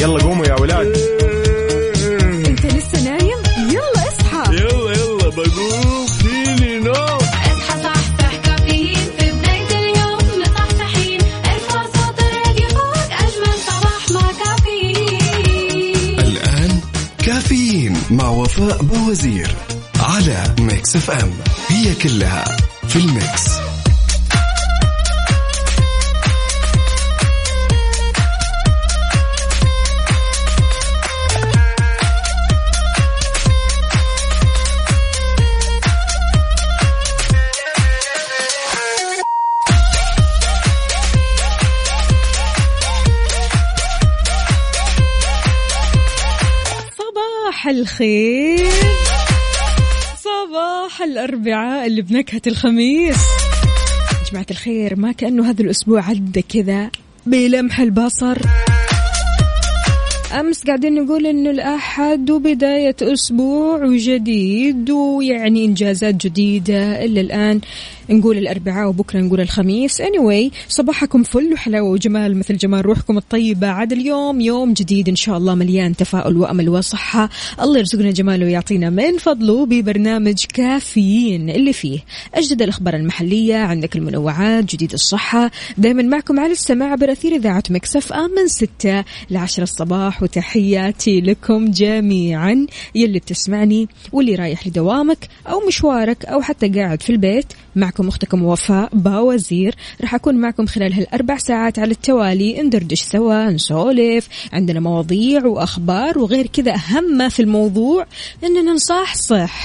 يلا قوموا يا ولاد. انت لسه نايم؟ يلا اصحى. يلا بقوم فيني نوم. اصحى صحصح كافيين في بداية اليوم مصحصحين. ارفع صوت الراديو فوق أجمل صباح مع كافيين. الآن كافيين مع وفاء بوزير على ميكس اف ام. هي كلها في الميكس. صباح الخير، صباح الأربعاء اللي بنكهة الخميس. جماعة الخير، ما كأنه هذا الأسبوع عدى كذا بلمح البصر. أمس قاعدين نقول إنه الأحد وبداية أسبوع جديد ويعني إنجازات جديدة، إلا الآن نقول الأربعاء وبكرة نقول الخميس. anyway صباحكم فل وحلاوة وجمال مثل جمال روحكم الطيبة. عاد اليوم يوم جديد إن شاء الله مليان تفاؤل وأمل وصحة. الله يرزقنا جماله ويعطينا من فضله ببرنامج كافيين اللي فيه أجدد الأخبار المحلية، عندك المنوعات، جديد الصحة، دائما معكم على السماع برثير إذاعة ميكس اف ام من 6 ل 10 الصباح. وتحياتي لكم جميعا يلي بتسمعني واللي رايح لدوامك أو مشوارك أو حتى قاعد في البيت. معكم أختكم وفاء باوزير، رح أكون معكم خلال هالأربع ساعات على التوالي، ندردش سوا، نسولف، عندنا مواضيع وأخبار وغير كذا. أهم ما في الموضوع إننا نصحصح.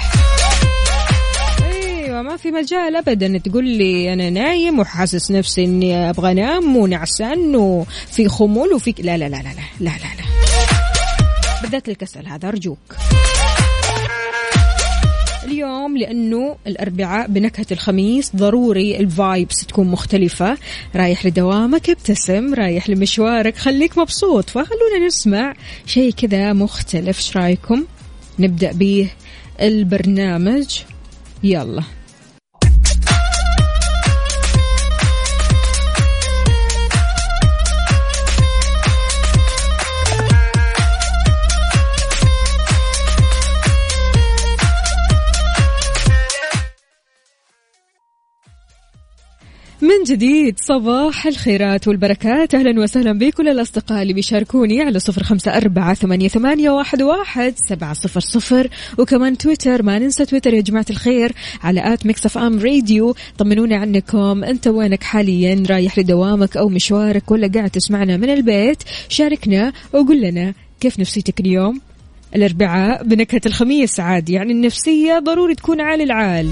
ما في مجال أبدا تقول لي أنا نايم وحاسس نفسي إني أبغى أنام ونعسان وفي خمول وفي لا لا لا لا لا لا لا, لا. بدأت الكسل هذا أرجوك. اليوم لأنه الأربعاء بنكهة الخميس ضروري الفايبس تكون مختلفة. رايح لدوامك ابتسم، رايح لمشوارك خليك مبسوط. فخلونا نسمع شيء كذا مختلف. ايش رايكم نبدأ به البرنامج؟ يلا. من جديد صباح الخيرات والبركات. أهلا وسهلا بكل الأصدقاء اللي بيشاركوني على 0548811700 وكمان تويتر. ما ننسى تويتر يا جماعة الخير على @mixfmradio. طمنونا عنكم، أنت وينك حاليا؟ رايح لدوامك أو مشوارك ولا قاعد تسمعنا من البيت؟ شاركنا وقول لنا كيف نفسيتك اليوم. الأربعاء بنكهة الخميس عادي، يعني النفسية ضروري تكون عالي العال،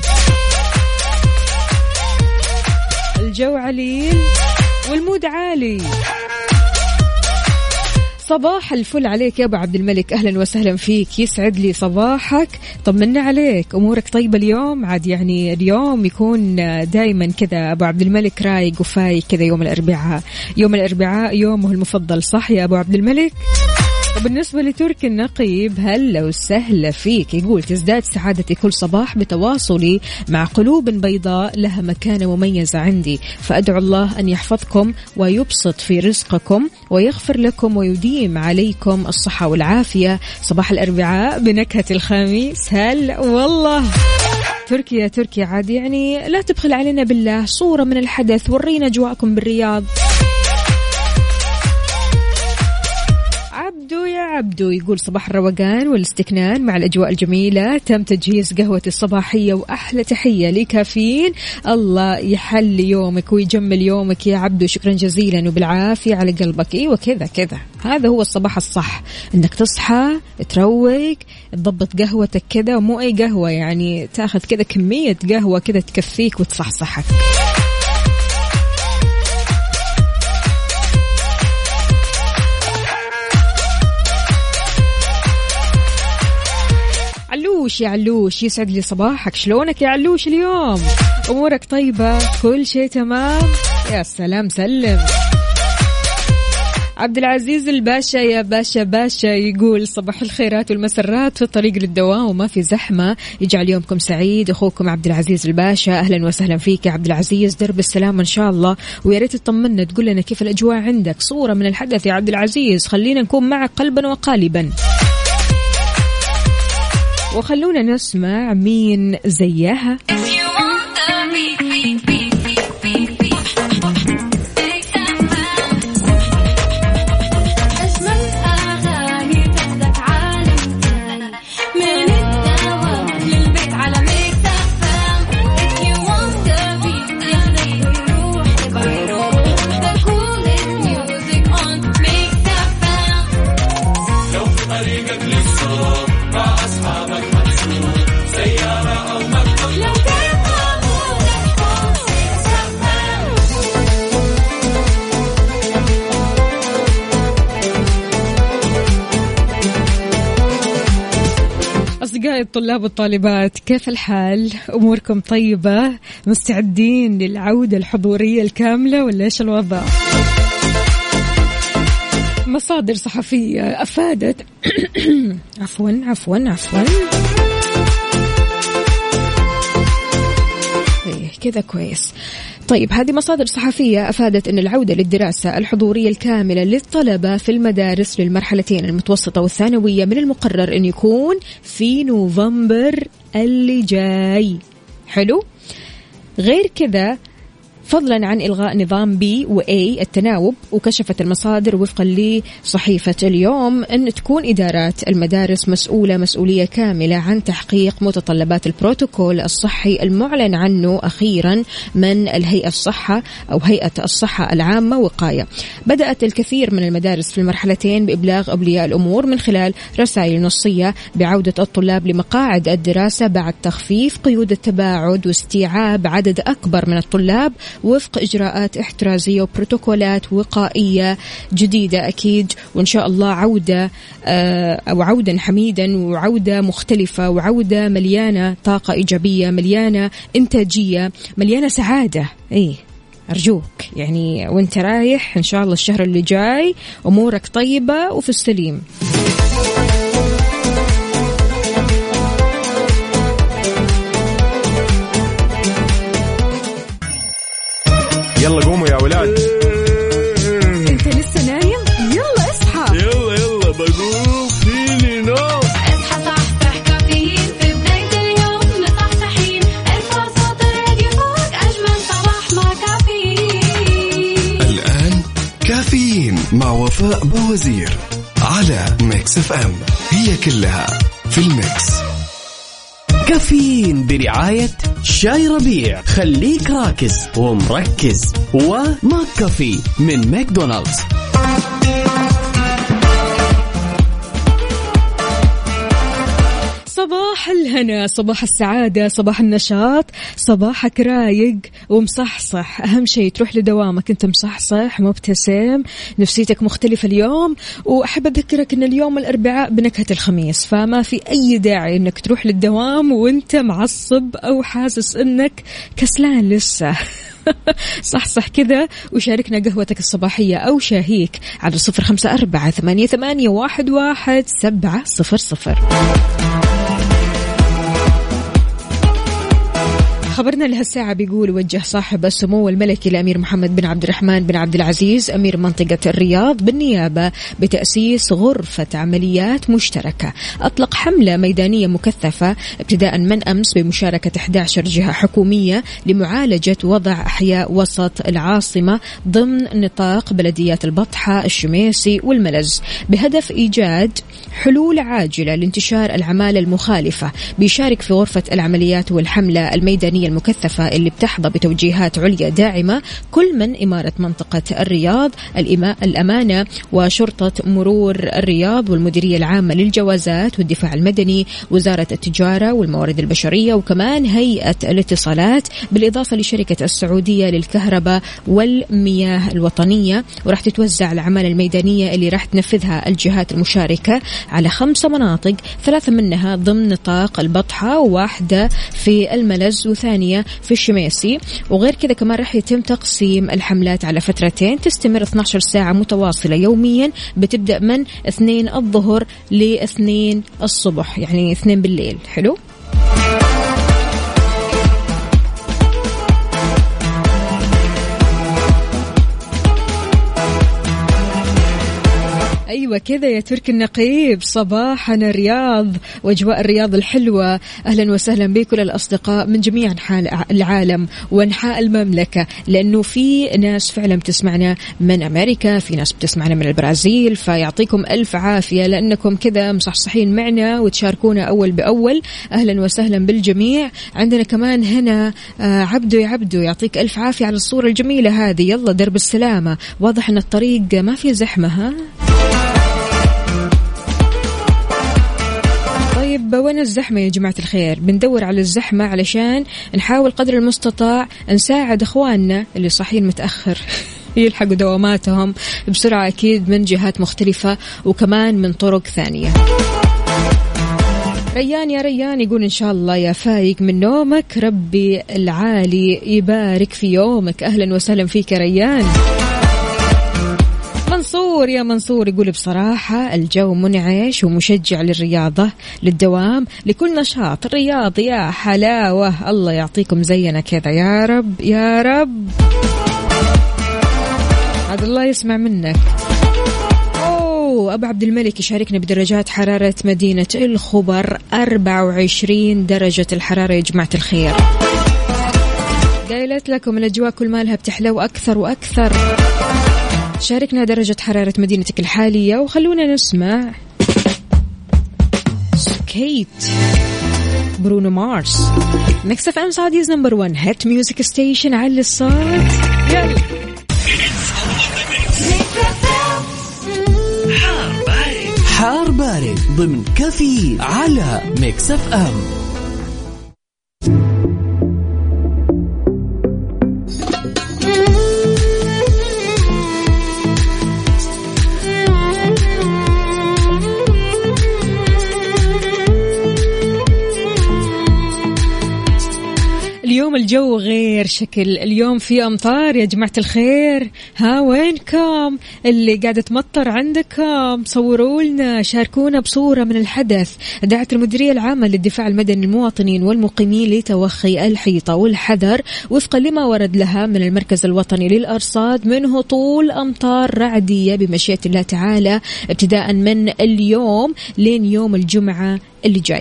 الجو عليل والمود عالي. صباح الفل عليك يا أبو عبد الملك، أهلا وسهلا فيك، يسعد لي صباحك. طمنا عليك، أمورك طيبة اليوم؟ عاد يعني اليوم يكون دايما كذا أبو عبد الملك رايق وفايق كذا. يوم الأربعاء، يوم الأربعاء يومه المفضل صح يا أبو عبد الملك؟ وبالنسبة لتركي النقيب، هلا وسهلا فيك. يقول تزداد سعادتي كل صباح بتواصلي مع قلوب بيضاء لها مكانة مميزة عندي، فأدعو الله أن يحفظكم ويبسط في رزقكم ويغفر لكم ويديم عليكم الصحة والعافية. صباح الأربعاء بنكهة الخميس. هلا والله تركي يا تركي، عاد يعني لا تبخل علينا بالله، صورة من الحدث، ورينا أجواءكم بالرياض. عبدو يقول صباح الروقان والاستكنان مع الأجواء الجميلة، تم تجهيز قهوة الصباحية وأحلى تحية لكافيين. الله يحل يومك ويجمل يومك يا عبدو، شكرا جزيلا وبالعافية على قلبك. ايوه كذا كذا، هذا هو الصباح الصح، انك تصحى تروق تضبط قهوتك كذا، ومو اي قهوة يعني، تاخذ كذا كمية قهوة كذا تكفيك وتصحصحك. علوش يا علوش، يسعد لي صباحك، شلونك يا علوش اليوم؟ أمورك طيبة؟ كل شيء تمام؟ يا سلام سلم. عبد العزيز الباشا يا باشا يقول صباح الخيرات والمسرات في الطريق للدوام وما في زحمة، يجعل يومكم سعيد. أخوكم عبد العزيز الباشا. أهلا وسهلا فيك يا عبد العزيز، درب السلام إن شاء الله. ويا ريت تطمنا تقول لنا كيف الأجواء عندك، صورة من الحدث يا عبد العزيز، خلينا نكون معك قلبا وقالبا. وخلونا نسمع مين زيها. الطلاب والطالبات كيف الحال؟ أموركم طيبة؟ مستعدين للعودة الحضورية الكاملة ولا إيش الوضع؟ مصادر صحفية أفادت عفوا كذا كويس. طيب هذه مصادر صحفية أفادت أن العودة للدراسة الحضورية الكاملة للطلبة في المدارس للمرحلتين المتوسطة والثانوية من المقرر أن يكون في نوفمبر اللي جاي. حلو. غير كذا فضلا عن إلغاء نظام B و A التناوب، وكشفت المصادر وفقا لصحيفة اليوم أن تكون إدارات المدارس مسؤولية كاملة عن تحقيق متطلبات البروتوكول الصحي المعلن عنه أخيرا من الهيئة الصحة أو هيئة الصحة العامة وقاية. بدأت الكثير من المدارس في المرحلتين بإبلاغ أولياء الأمور من خلال رسائل نصية بعودة الطلاب لمقاعد الدراسة بعد تخفيف قيود التباعد واستيعاب عدد أكبر من الطلاب وفق إجراءات احترازية وبروتوكولات وقائية جديدة أكيد. وإن شاء الله عودة أو عودا حميدا وعودة مختلفة وعودة مليانة طاقة إيجابية، مليانة إنتاجية، مليانة سعادة. إيه أرجوك يعني وانت رايح إن شاء الله الشهر اللي جاي أمورك طيبة وفي السليم. يلا قوموا يا ولاد. انت لسه نايم؟ يلا اصحى. يلا بقوم فيني نوم. اصحى صحصح كافيين في بداية اليوم مصحصحين، ارفع صوت الراديو فوق أجمل صباح مع كافيين. الآن كافيين مع وفاء بوزير على ميكس اف ام، هي كلها في الميكس. كافيين برعاية شاي ربيع، خليك راكز ومركز، وماك كافي من ماكدونالدز. صباح الهنا، صباح السعادة، صباح النشاط، صباحك رايق ومصحصح. أهم شيء تروح لدوامك أنت مصحصح مبتسم، نفسيتك مختلفة اليوم. وأحب أذكرك أن اليوم الأربعاء بنكهة الخميس، فما في أي داعي أنك تروح للدوام وأنت معصب أو حاسس أنك كسلان لسه. صح كذا، وشاركنا قهوتك الصباحية أو شاهيك على 0548811700. خبرنا لهالساعة بيقول وجه صاحب السمو الملكي الأمير محمد بن عبد الرحمن بن عبد العزيز أمير منطقة الرياض بالنيابة بتأسيس غرفة عمليات مشتركة. أطلق حملة ميدانية مكثفة ابتداء من أمس بمشاركة 11 جهة حكومية لمعالجة وضع أحياء وسط العاصمة ضمن نطاق بلديات البطحة، الشميسي والملز، بهدف إيجاد حلول عاجلة لانتشار العمالة المخالفة. بيشارك في غرفة العمليات والحملة الميدانية المكثفة اللي بتحظى بتوجيهات عليا داعمة كل من إمارة منطقة الرياض، الأمانة وشرطة مرور الرياض والمديرية العامة للجوازات والدفاع المدني، وزارة التجارة والموارد البشرية، وكمان هيئة الاتصالات، بالإضافة لشركة السعودية للكهرباء والمياه الوطنية. وراح تتوزع العمالة الميدانية اللي راح تنفذها الجهات المشاركة على 5 مناطق، 3 منها ضمن نطاق البطحة وواحدة في الملز وثانية في الشميسي. وغير كذا كمان راح يتم تقسيم الحملات على فترتين تستمر 12 ساعة متواصلة يوميا، بتبدأ من 2 الظهر ل 2 الصبح، يعني 2 بالليل. حلو. أيوة كذا يا ترك النقيب، صباحنا رياض وأجواء الرياض الحلوة. أهلا وسهلا بكل الأصدقاء من جميع أنحاء العالم وأنحاء المملكة، لأنه في ناس فعلا بتسمعنا من أمريكا، في ناس بتسمعنا من البرازيل، فيعطيكم ألف عافية لأنكم كذا مصحصحين معنا وتشاركونا أول بأول. أهلا وسهلا بالجميع. عندنا كمان هنا عبدو، يا عبدو يعطيك ألف عافية على الصورة الجميلة هذه. يلا درب السلامة، واضح أن الطريق ما في زحمة. ها طيب وين الزحمة يا جماعة الخير؟ بندور على الزحمة علشان نحاول قدر المستطاع نساعد أخواننا اللي صاحين متأخر يلحقوا دواماتهم بسرعة، أكيد من جهات مختلفة وكمان من طرق ثانية. ريان يا ريان يقول إن شاء الله يا فايق من نومك ربي العالي يبارك في يومك. أهلا وسهلا فيك يا ريان. منصور يا منصور يقول بصراحة الجو منعش ومشجع للرياضة، للدوام، لكل نشاط رياضي. يا حلاوة، الله يعطيكم زينا كذا يا رب يا رب. عاد الله يسمع منك. أبو عبد الملك يشاركنا بدرجات حرارة مدينة الخبر، 24 درجة الحرارة يا جماعة الخير. قايلت لكم الأجواء كل مالها بتحلو أكثر وأكثر. شاركنا درجة حرارة مدينتك الحالية وخلونا نسمع سكيت برونو مارس. ميكس اف ام سعوديز نمبر 1 هيت ميوزك ستيشن. على الصوت يلا. حار بارد ضمن كافيين على ميكس اف ام. اليوم الجو غير شكل، اليوم في أمطار يا جماعة الخير. ها وينكم اللي قاعدة تمطر عندكم؟ صوروا لنا، شاركونا بصورة من الحدث. دعت المديرية العامة للدفاع المدني المواطنين والمقيمين لتوخي الحيطة والحذر وفقا لما ورد لها من المركز الوطني للأرصاد من هطول أمطار رعدية بمشيئة الله تعالى ابتداء من اليوم لين يوم الجمعة اللي جاي.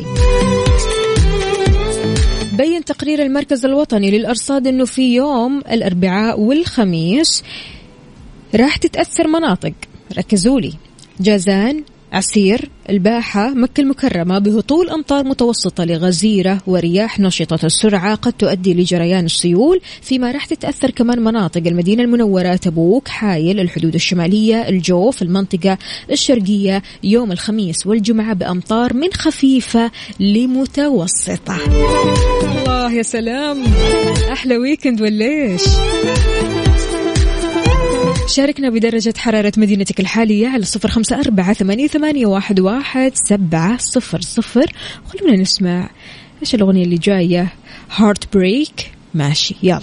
بين تقرير المركز الوطني للأرصاد أنه في يوم الأربعاء والخميس راح تتأثر مناطق، ركزوا لي، جازان، عسير، الباحة، مكة المكرمة بهطول أمطار متوسطة لغزيرة ورياح نشطة السرعة قد تؤدي لجريان السيول. فيما راح تتأثر كمان مناطق المدينة المنورة، تبوك، حايل، الحدود الشمالية، الجوف، المنطقة الشرقية يوم الخميس والجمعة بأمطار من خفيفة لمتوسطة. الله يا سلام، أحلى ويكند وليش. شاركنا بدرجة حرارة مدينتك الحالية على 0548811700. خلونا نسمع إيش الأغنية اللي جاية. هارت بريك. ماشي يلا.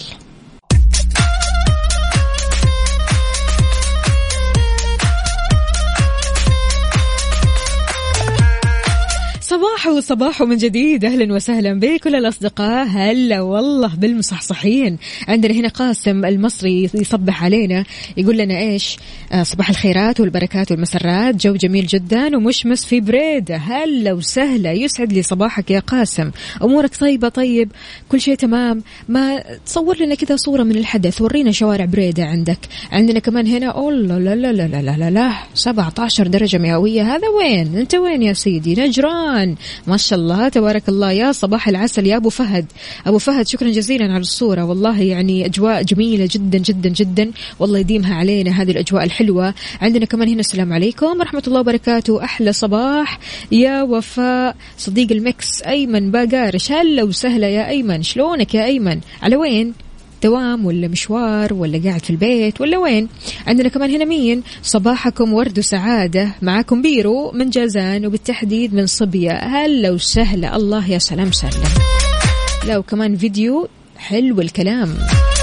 صباح من جديد. أهلا وسهلا بكل الأصدقاء. هلا والله بالمصحصحين. عندنا هنا قاسم المصري يصبح علينا، يقول لنا إيش؟ صباح الخيرات والبركات والمسرات، جو جميل جدا ومشمس في بريدة. هلا وسهلا، يسعد لي صباحك يا قاسم. أمورك طيبة؟ طيب كل شيء تمام. ما تصور لنا كذا صورة من الحدث، ورينا شوارع بريدة عندك. عندنا كمان هنا لا لا لا لا لا لا لا 17 درجة مئوية. هذا وين أنت؟ وين يا سيدي؟ نجران. ما شاء الله تبارك الله. يا صباح العسل يا أبو فهد. أبو فهد شكرا جزيلا على الصورة، والله يعني أجواء جميلة جدا جدا جدا، والله يديمها علينا هذه الأجواء الحلوة. عندنا كمان هنا السلام عليكم ورحمة الله وبركاته. أحلى صباح يا وفاء صديق المكس أيمن باقارش. هلا وسهلا يا أيمن، شلونك يا أيمن؟ على وين؟ دوام ولا مشوار ولا قاعد في البيت ولا وين. عندنا كمان هنا مين؟ صباحكم ورد وسعادة، معاكم بيرو من جازان وبالتحديد من صبية. هلا وسهلا. الله يا سلام سهلا. لو كمان فيديو حلو الكلام.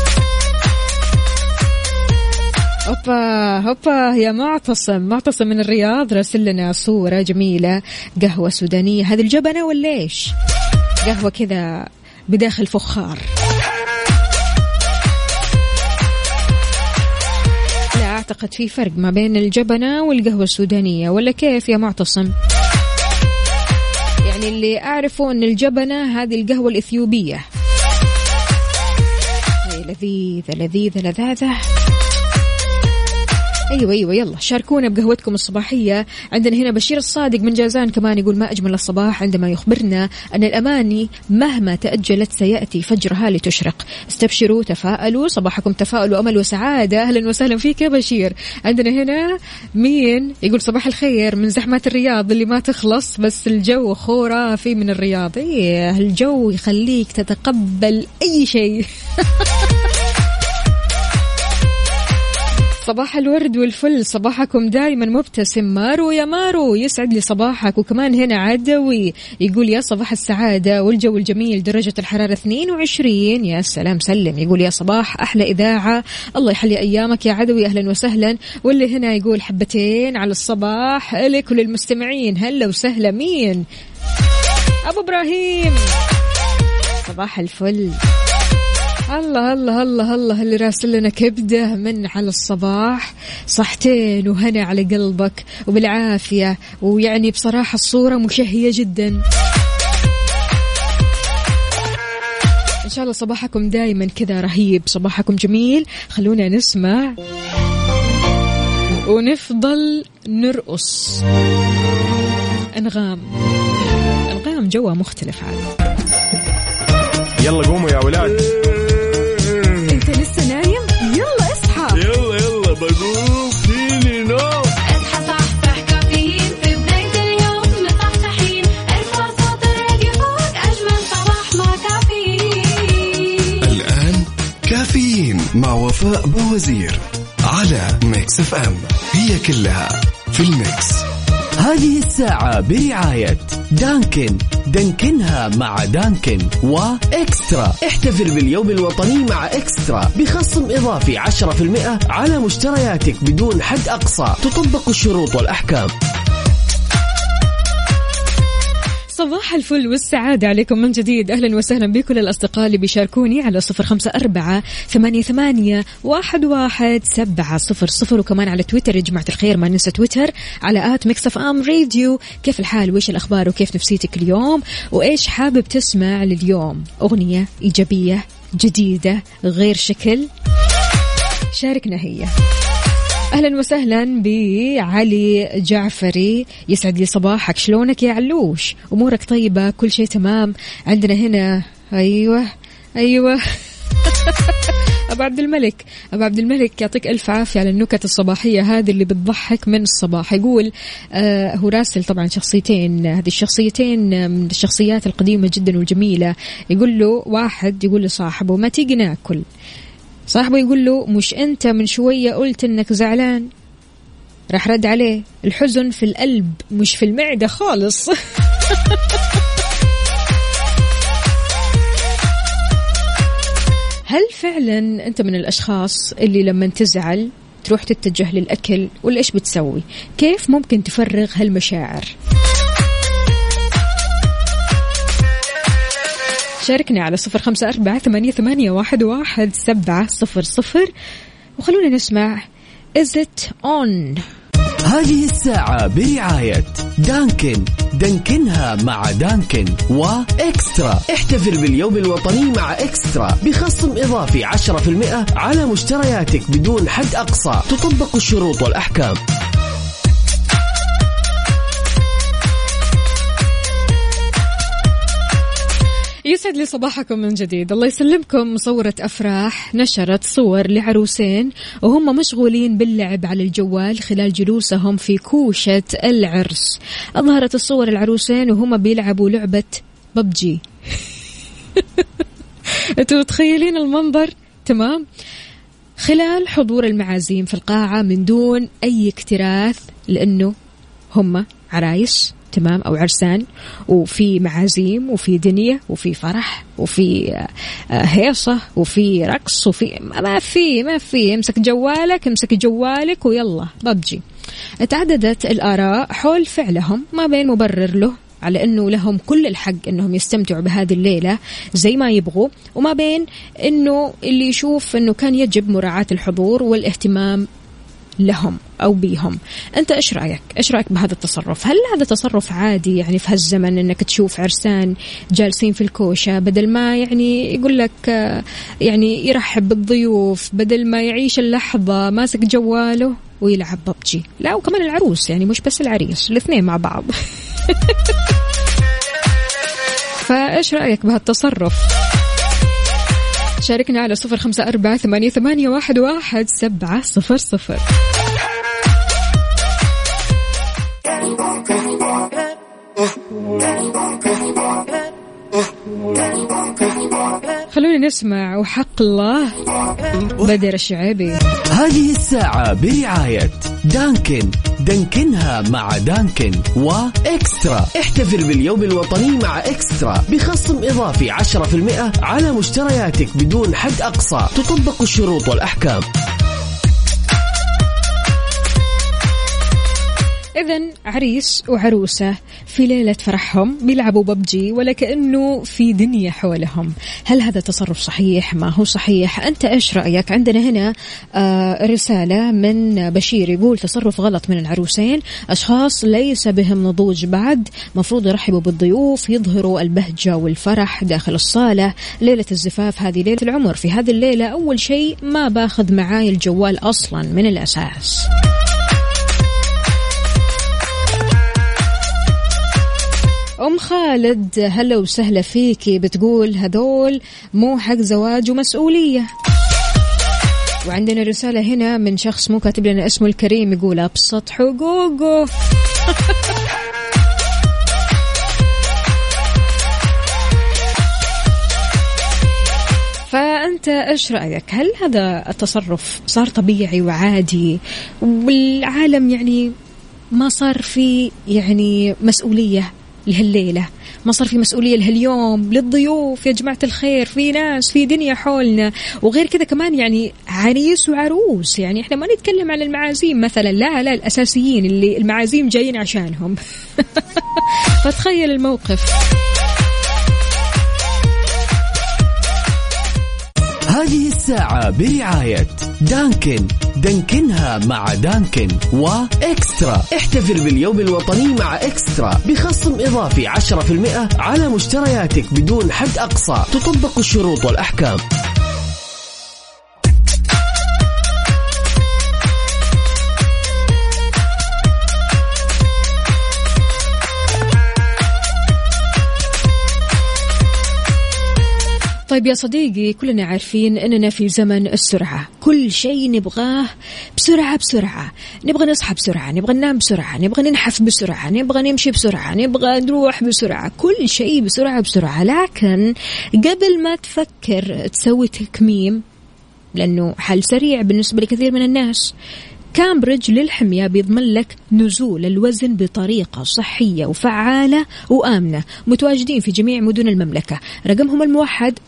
هوبا يا معتصم من الرياض راسل لنا صورة جميلة، قهوة سودانية. هذه الجبنة ولا ايش؟ قهوة كذا بداخل فخار. لا أعتقد في فرق ما بين الجبنة والقهوة السودانية، ولا كيف يا معتصم؟ يعني اللي أعرفه أن الجبنة هذه القهوة الإثيوبية، هي لذيذة لذيذة لذاذة. أيوة يلا شاركونا بقهوتكم الصباحية. عندنا هنا بشير الصادق من جازان كمان يقول ما أجمل الصباح عندما يخبرنا أن الأماني مهما تأجلت سيأتي فجرها لتشرق. استبشروا تفاءلوا، صباحكم تفاؤل وأمل وسعادة. أهلا وسهلا فيك يا بشير. عندنا هنا مين يقول صباح الخير من زحمة الرياض اللي ما تخلص، بس الجو خرافي من الرياض. إيه الجو يخليك تتقبل أي شيء. صباح الورد والفل، صباحكم دائما مبتسم. مارو يا مارو يسعد لي صباحك. وكمان هنا عدوي يقول يا صباح السعادة والجو الجميل، درجة الحرارة 22. يا سلام سلم. يقول يا صباح أحلى إذاعة، الله يحلي أيامك يا عدوي. أهلا وسهلا. واللي هنا يقول حبتين على الصباح لك وللمستمعين. هلا وسهلا. مين؟ أبو إبراهيم صباح الفل. الله الله الله الله اللي راسل لنا كبده من على الصباح، صحتين وهنا على قلبك وبالعافية. ويعني بصراحة الصورة مشهية جدا. إن شاء الله صباحكم دايما كذا رهيب، صباحكم جميل. خلونا نسمع ونفضل نرقص. أنغام جوا مختلف عاد. يلا قوموا يا ولاد. لسه نايم؟ يلا اصحى. يلا بقوم فيني نوم. اصحى صحصح كافيين في بداية اليوم مصحصحين. ارفع صوت الراديو فوق أجمل صباح مع كافيين. الآن كافيين مع وفاء بوزير على ميكس اف ام، هي كلها في الميكس. هذه الساعة برعاية دانكن، دانكنها مع دانكن، وإكسترا. احتفل باليوم الوطني مع إكسترا بخصم إضافي 10% على مشترياتك بدون حد أقصى. تطبق الشروط والأحكام. صباح الفل والسعادة عليكم من جديد. أهلا وسهلا بكل الأصدقاء اللي بيشاركوني على 0548811700 وكمان على تويتر يا جماعة الخير، ما ننسى تويتر على @mixfmradio. كيف الحال وإيش الأخبار وكيف نفسيتك اليوم وإيش حابب تسمع لليوم؟ أغنية إيجابية جديدة غير شكل؟ شاركنا هي. أهلا وسهلا بعلي جعفري، يسعد لي صباحك. شلونك يا علوش؟ أمورك طيبة؟ كل شيء تمام؟ عندنا هنا أيوة أبو عبد الملك يعطيك ألف عافية على النكت الصباحية هذه اللي بتضحك من الصباح. يقول هو راسل طبعا شخصيتين، هذه الشخصيتين من الشخصيات القديمة جدا والجميلة. يقول له واحد يقول لصاحبه ما تيجي ناكل، صاحبه يقول له مش أنت من شوية قلت إنك زعلان؟ راح رد عليه الحزن في القلب مش في المعدة خالص. هل فعلا أنت من الأشخاص اللي لما تزعل تروح تتجه للأكل ولا إيش بتسوي؟ كيف ممكن تفرغ هالمشاعر؟ شاركني على 0548811700 وخلونا نسمع Is It On. هذه الساعة برعاية دانكن، دانكنها مع دانكن، وإكسترا. احتفل باليوم الوطني مع إكسترا بخصم إضافي 10% على مشترياتك بدون حد أقصى. تطبق الشروط والأحكام. يسعد لي صباحكم من جديد. الله يسلمكم. مصورة أفراح نشرت صور لعروسين وهم مشغولين باللعب على الجوال خلال جلوسهم في كوشة العرس. أظهرت الصور العروسين وهم بيلعبوا لعبة ببجي. أنتوا متخيلين المنظر؟ تمام. خلال حضور المعازيم في القاعة من دون أي اكتراث، لأنه هم عرايس تمام أو عرسان، وفي معازيم وفي دنيا وفي فرح وفي هيصة وفي رقص وفي ما في امسك جوالك ويلا ببجي. تعددت الآراء حول فعلهم، ما بين مبرر له على أنه لهم كل الحق أنهم يستمتعوا بهذه الليلة زي ما يبغوا، وما بين أنه اللي يشوف أنه كان يجب مراعاة الحضور والاهتمام لهم أو بيهم. أنت إيش رأيك بهذا التصرف؟ هل هذا تصرف عادي يعني في هالزمن أنك تشوف عرسان جالسين في الكوشة، بدل ما يعني يقول لك يعني يرحب بالضيوف، بدل ما يعيش اللحظة ماسك جواله ويلعب ببجي؟ لا، وكمان العروس يعني مش بس العريس، الاثنين مع بعض. فإيش رأيك بهالتصرف؟ شاركنا على 0548811700. خلونا نسمع وحق الله بدر الشعيبي. هذه الساعة برعاية دانكن، دانكنها مع دانكن وإكسترا. احتفل باليوم الوطني مع إكسترا بخصم إضافي 10% على مشترياتك بدون حد أقصى. تطبق الشروط والأحكام. إذن عريس وعروسة في ليلة فرحهم بيلعبوا ببجي ولا كأنه في دنيا حولهم. هل هذا تصرف صحيح؟ ما هو صحيح؟ أنت إيش رأيك؟ عندنا هنا رسالة من بشير يقول تصرف غلط من العروسين، أشخاص ليس بهم نضوج بعد، مفروض يرحبوا بالضيوف، يظهروا البهجة والفرح داخل الصالة. ليلة الزفاف هذه ليلة العمر، في هذه الليلة أول شيء ما باخذ معاي الجوال أصلا من الأساس. أم خالد هلا وسهلا فيكي، بتقول هذول مو حق زواج ومسؤولية. وعندنا رسالة هنا من شخص مو كاتب لنا اسمه الكريم، يقول أبسط حقوقه. فأنت إيش رأيك؟ هل هذا التصرف صار طبيعي وعادي والعالم يعني ما صار في يعني مسؤولية لهالليلة، ما صار في مسؤولية لهاليوم للضيوف؟ يا جماعة الخير، في ناس في دنيا حولنا. وغير كذا كمان يعني عريس وعروس، يعني احنا ما نتكلم عن المعازيم مثلا، لا الأساسيين اللي المعازيم جايين عشانهم. فتخيل الموقف. هذه الساعة برعاية دانكن، دانكنها مع دانكن وإكسترا. احتفل باليوم الوطني مع إكسترا بخصم إضافي 10% على مشترياتك بدون حد أقصى. تطبق الشروط والأحكام. طيب يا صديقي، كلنا عارفين أننا في زمن السرعة، كل شيء نبغاه بسرعة، نبغى نصحى بسرعة، نبغى ننام بسرعة، نبغى ننحف بسرعة، نبغى نمشي بسرعة، نبغى نروح بسرعة، كل شيء بسرعة. لكن قبل ما تفكر تسوي تكميم، لأنه حل سريع بالنسبة لكثير من الناس، كامبريدج للحمية بيضمن لك نزول الوزن بطريقة صحية وفعالة وآمنة. متواجدين في جميع مدن المملكة. رقمهم الموحد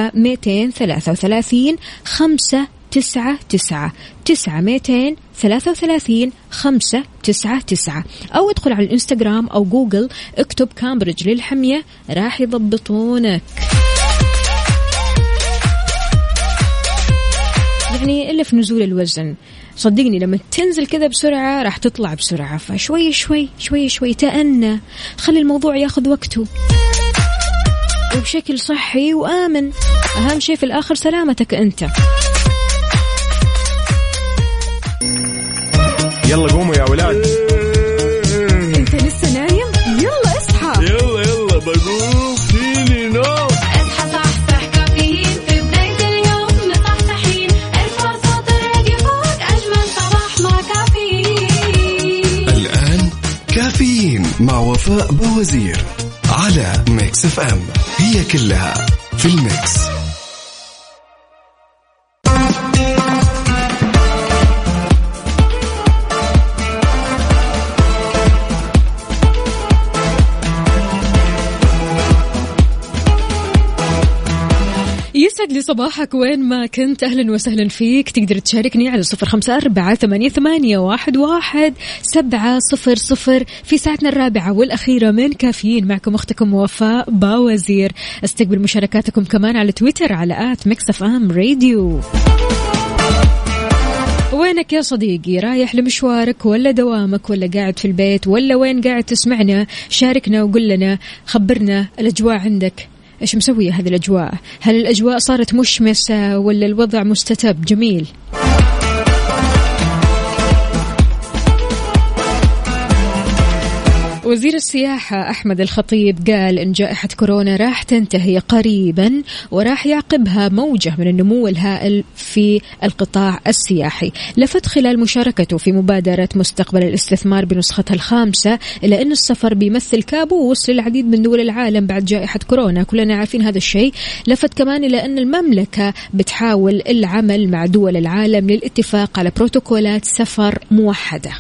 9-233-599 9-233-599، أو ادخل على الإنستغرام أو جوجل اكتب كامبريدج للحمية، راح يضبطونك. يعني إلا في نزول الوزن، صدقني لما تنزل كذا بسرعة راح تطلع بسرعة. فشوي شوي تأنى، خلي الموضوع ياخذ وقته وبشكل صحي وآمن. أهم شيء في الآخر سلامتك أنت. يلا قوموا يا ولاد. أنت لسه نايم؟ يلا اصحى. يلا بقوم فيني نوم. اصحى صحصح كافيين في بداية اليوم مصحصحين، ارفع صوت الراديو فوق أجمل صباح مع كافيين. الآن كافيين مع وفاء بوزير على ميكس اف ام، هي كلها في الميكس. يسعد لي صباحك وين ما كنت، أهلا وسهلا فيك. تقدر تشاركني على 0548811700 في ساعتنا الرابعة والأخيرة من كافيين. معكم أختكم وفاء باوزير. استقبل مشاركاتكم كمان على تويتر على @mixfmradio. وينك يا صديقي؟ رايح لمشوارك ولا دوامك ولا قاعد في البيت ولا وين قاعد تسمعنا؟ شاركنا وقل لنا، خبرنا الأجواء عندك إيش مسوية هذه الأجواء؟ هل الأجواء صارت مشمسة ولا الوضع مستتب جميل؟ وزير السياحة أحمد الخطيب قال إن جائحة كورونا راح تنتهي قريبا وراح يعقبها موجة من النمو الهائل في القطاع السياحي. لفت خلال مشاركته في مبادرة مستقبل الاستثمار بنسختها الخامسة إلى أن السفر بيمثل كابوس للعديد من دول العالم بعد جائحة كورونا، كلنا عارفين هذا الشيء. لفت كمان إلى أن المملكة بتحاول العمل مع دول العالم للاتفاق على بروتوكولات سفر موحدة.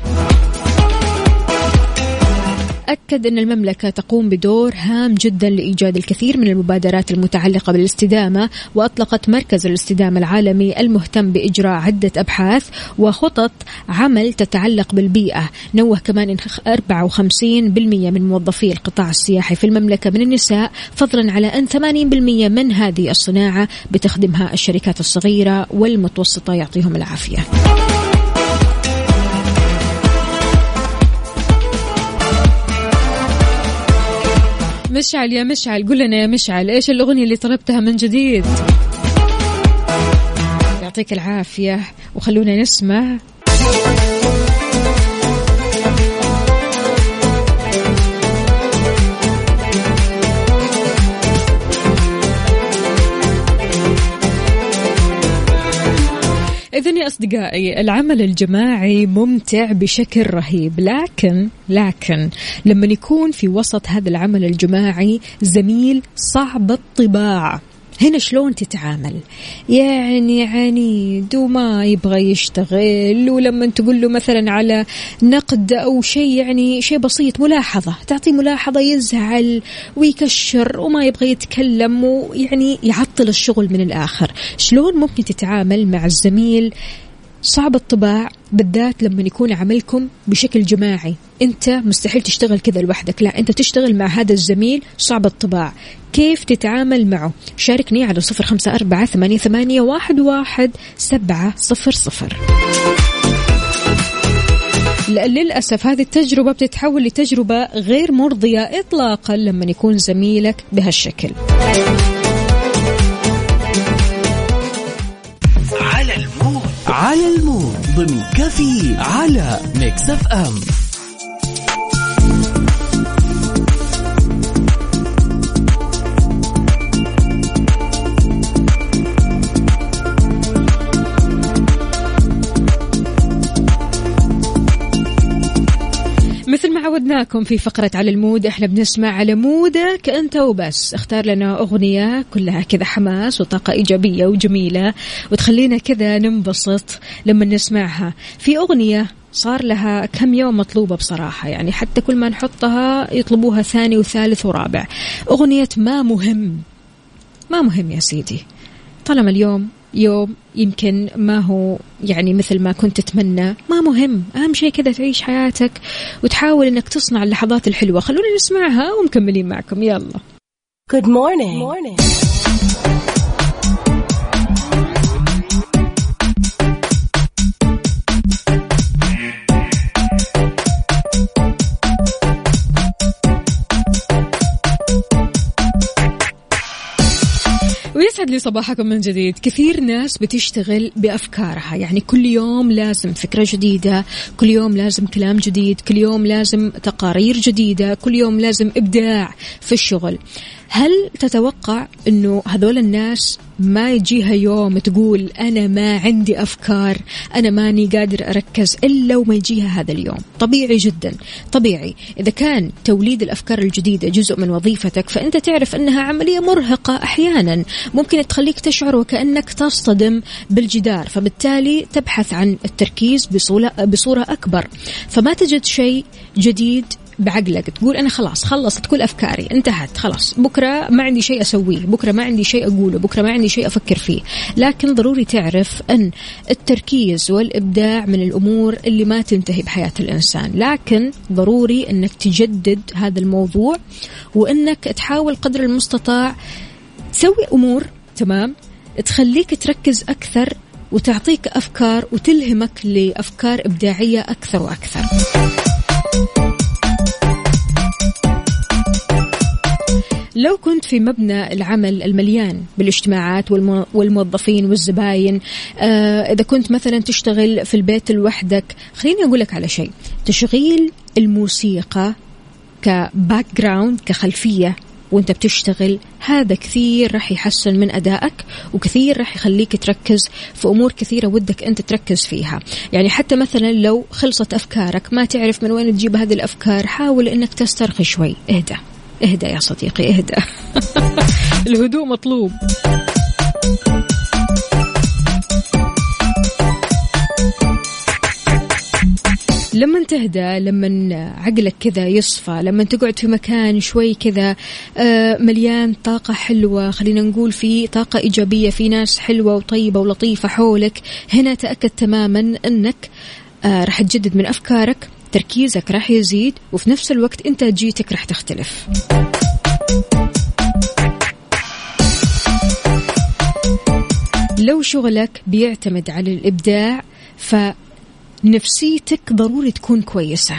أكد أن المملكة تقوم بدور هام جدا لإيجاد الكثير من المبادرات المتعلقة بالاستدامة، وأطلقت مركز الاستدامة العالمي المهتم بإجراء عدة أبحاث وخطط عمل تتعلق بالبيئة. نوه كمان أن 54% من موظفي القطاع السياحي في المملكة من النساء، فضلا على أن 80% من هذه الصناعة بتخدمها الشركات الصغيرة والمتوسطة، يعطيهم العافية. مشعل يا مشعل، قل لنا يا مشعل إيش الأغنية اللي طلبتها من جديد؟ يعطيك العافية وخلونا نسمع. إذن يا أصدقائي، العمل الجماعي ممتع بشكل رهيب، لكن لما يكون في وسط هذا العمل الجماعي زميل صعب الطباع، هنا شلون تتعامل؟ يعني عنيد وما يبغى يشتغل، ولما تقول له مثلا على نقد أو شيء، يعني شيء بسيط، ملاحظة، تعطي ملاحظة يزعل ويكشر وما يبغى يتكلم، ويعني يعطل الشغل من الآخر. شلون ممكن تتعامل مع الزميل صعب الطباع، بالذات لما يكون عملكم بشكل جماعي؟ أنت مستحيل تشتغل كذا لوحدك، لا، أنت تشتغل مع هذا الزميل صعب الطباع. كيف تتعامل معه؟ شاركني على 0548811700. للأسف هذه التجربة بتتحول لتجربة غير مرضية إطلاقا لما يكون زميلك بهالشكل. على المود ضمن كافيين على ميكس اف ام. مثل ما عودناكم في فقرة على المود، احنا بنسمع على مودك انت وبس. اختار لنا اغنية كلها كذا حماس وطاقة ايجابية وجميلة وتخلينا كذا ننبسط لما نسمعها. في اغنية صار لها كم يوم مطلوبة بصراحة، يعني حتى كل ما نحطها يطلبوها ثاني وثالث ورابع. اغنية ما مهم يا سيدي، طالما اليوم يوم يمكن ما هو يعني مثل ما كنت تتمنى، ما مهم، أهم شيء كذا تعيش حياتك وتحاول إنك تصنع اللحظات الحلوة. خلونا نسمعها ومكملين معكم، يلا. Good morning. ويسعد لي صباحكم من جديد. كثير ناس بتشتغل بأفكارها، يعني كل يوم لازم فكرة جديدة، كل يوم لازم كلام جديد، كل يوم لازم تقارير جديدة، كل يوم لازم إبداع في الشغل. هل تتوقع أنه هذول الناس ما يجيها يوم تقول أنا ما عندي أفكار، أنا ماني قادر أركز إلا وما يجيها هذا اليوم؟ طبيعي جدا، طبيعي. إذا كان توليد الأفكار الجديدة جزء من وظيفتك، فأنت تعرف أنها عملية مرهقة، أحيانا ممكن تخليك تشعر وكأنك تصطدم بالجدار، فبالتالي تبحث عن التركيز بصورة أكبر، فما تجد شيء جديد بعقلك تقول أنا خلاص خلصت كل أفكاري، انتهت خلاص، بكرة ما عندي شيء أسويه، بكرة ما عندي شيء أقوله، بكرة ما عندي شيء أفكر فيه. لكن ضروري تعرف أن التركيز والإبداع من الأمور اللي ما تنتهي بحياة الإنسان، لكن ضروري أنك تجدد هذا الموضوع، وأنك تحاول قدر المستطاع تسوي أمور تمام تخليك تركز أكثر وتعطيك أفكار وتلهمك لأفكار إبداعية أكثر وأكثر. لو كنت في مبنى العمل المليان بالاجتماعات والموظفين والزباين، إذا كنت مثلا تشتغل في البيت لوحدك، خليني أقول لك على شيء، تشغيل الموسيقى كباك جراوند كخلفية وانت بتشتغل، هذا كثير راح يحسن من أدائك، وكثير راح يخليك تركز في أمور كثيرة ودك أنت تركز فيها. يعني حتى مثلا لو خلصت أفكارك ما تعرف من وين تجيب هذه الأفكار، حاول أنك تسترخي شوي، اهدى يا صديقي اهدى. الهدوء مطلوب. لما تهدى، لما عقلك كذا يصفى، لما تقعد في مكان شوي كذا مليان طاقة حلوة، خلينا نقول في طاقة إيجابية، في ناس حلوة وطيبة ولطيفة حولك، هنا تأكد تماما أنك راح تجدد من أفكارك، تركيزك راح يزيد، وفي نفس الوقت إنتاجيتك راح تختلف. لو شغلك بيعتمد على الإبداع فنفسيتك ضروري تكون كويسة.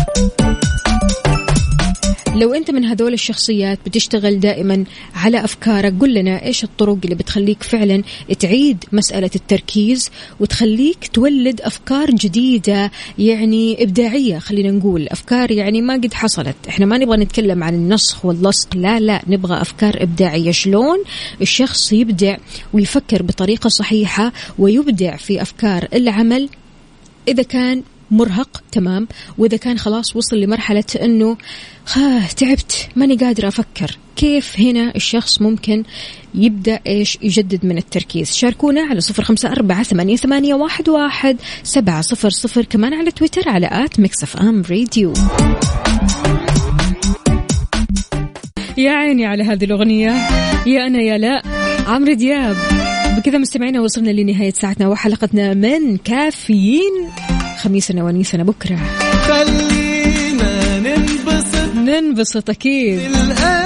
لو أنت من هذول الشخصيات بتشتغل دائما على أفكارك، قل لنا إيش الطرق اللي بتخليك فعلا تعيد مسألة التركيز وتخليك تولد أفكار جديدة يعني إبداعية. خلينا نقول أفكار يعني ما قد حصلت. إحنا ما نبغى نتكلم عن النسخ واللصق، لا نبغى أفكار إبداعية. شلون الشخص يبدع ويفكر بطريقة صحيحة ويبدع في أفكار العمل إذا كان مرهق تمام، وإذا كان خلاص وصل لمرحلة أنه تعبت ماني قادر أفكر، كيف هنا الشخص ممكن يبدأ يجدد من التركيز؟ شاركونا على 0548811700، كمان على تويتر على @mixfmradio. يا عيني على هذه الأغنية، يا أنا يا لا، عمرو دياب. بكذا مستمعينا وصلنا لنهاية ساعتنا وحلقتنا من كافيين. خميسنا ونيسنا بكرة، خلينا ننبسط أكيد.